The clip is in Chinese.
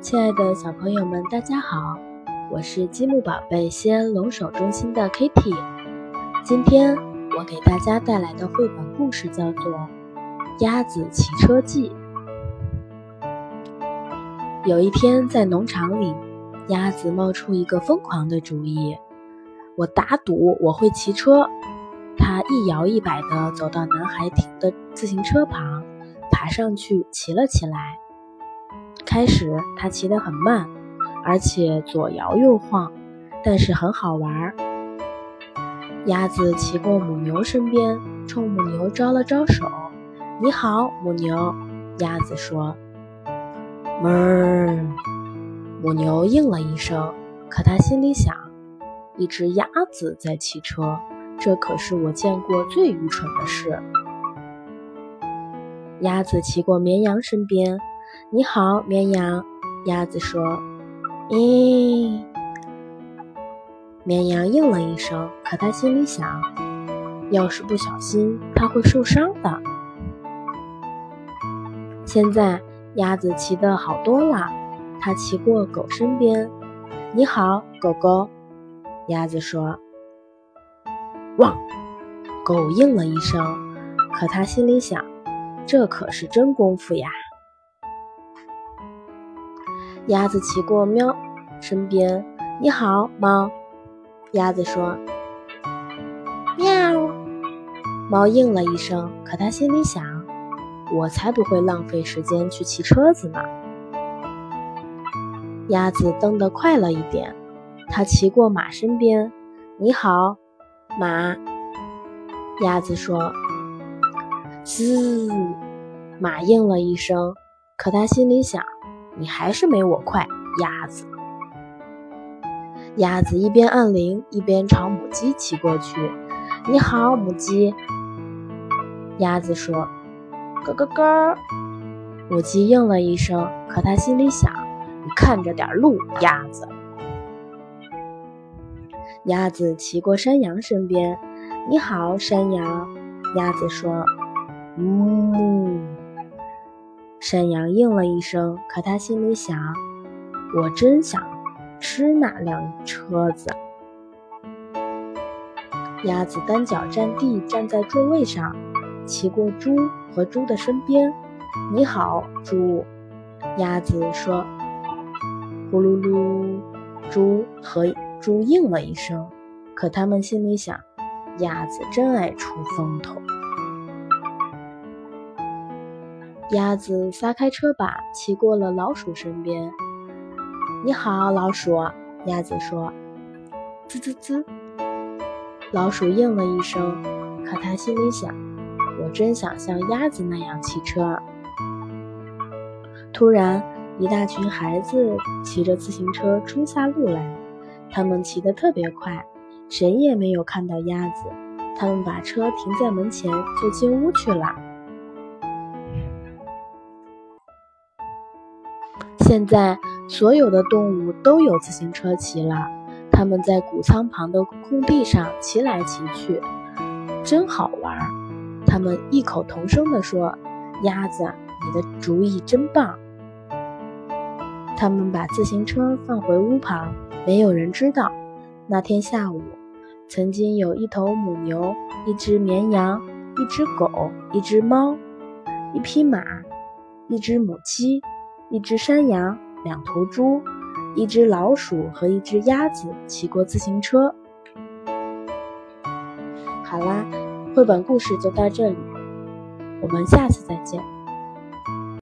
亲爱的小朋友们，大家好，我是积木宝贝西安龙首中心的 Kitty。今天我给大家带来的绘本故事叫做《鸭子骑车记》。有一天在农场里，鸭子冒出一个疯狂的主意，我打赌我会骑车。它一摇一摆地走到男孩停的自行车旁，爬上去骑了起来。开始它骑得很慢，而且左摇右晃，但是很好玩。鸭子骑过母牛身边，冲母牛招了招手。你好，母牛，鸭子说。哞，母牛应了一声，可它心里想，一只鸭子在骑车，这可是我见过最愚蠢的事。鸭子骑过绵羊身边，你好，绵羊，鸭子说。咦，绵羊应了一声，可它心里想，要是不小心，它会受伤的。现在鸭子骑得好多了，它骑过狗身边，你好，狗狗，鸭子说。汪，狗应了一声，可它心里想，这可是真功夫呀。鸭子骑过喵身边，你好，猫，鸭子说。喵，猫应了一声，可它心里想，我才不会浪费时间去骑车子呢。鸭子蹬得快了一点，它骑过马身边，你好，马，鸭子说。嘶，马应了一声，可它心里想，你还是没我快，鸭子。鸭子一边按铃，一边朝母鸡骑过去，你好，母鸡，鸭子说。咯咯咯，母鸡应了一声，可它心里想，你看着点路，鸭子。鸭子骑过山羊身边，你好，山羊，鸭子说。山羊应了一声，可它心里想，我真想吃那辆车子。鸭子单脚站地，站在座位上，骑过猪和猪的身边，你好，猪，鸭子说。呼噜噜，猪和猪应了一声，可他们心里想，鸭子真爱出风头。鸭子撒开车把，骑过了老鼠身边，你好，老鼠，鸭子说。滋滋滋，老鼠应了一声，可他心里想，我真想像鸭子那样骑车。突然，一大群孩子骑着自行车冲下路来，他们骑得特别快，谁也没有看到鸭子，他们把车停在门前就进屋去了。现在所有的动物都有自行车骑了，它们在谷仓旁的空地上骑来骑去，真好玩。他们异口同声地说，鸭子，你的主意真棒。他们把自行车放回屋旁，没有人知道，那天下午，曾经有一头母牛，一只绵羊，一只狗，一只猫，一匹马，一只母鸡，一只山羊，两头猪，一只老鼠和一只鸭子骑过自行车。好啦，绘本故事就到这里，我们下次再见。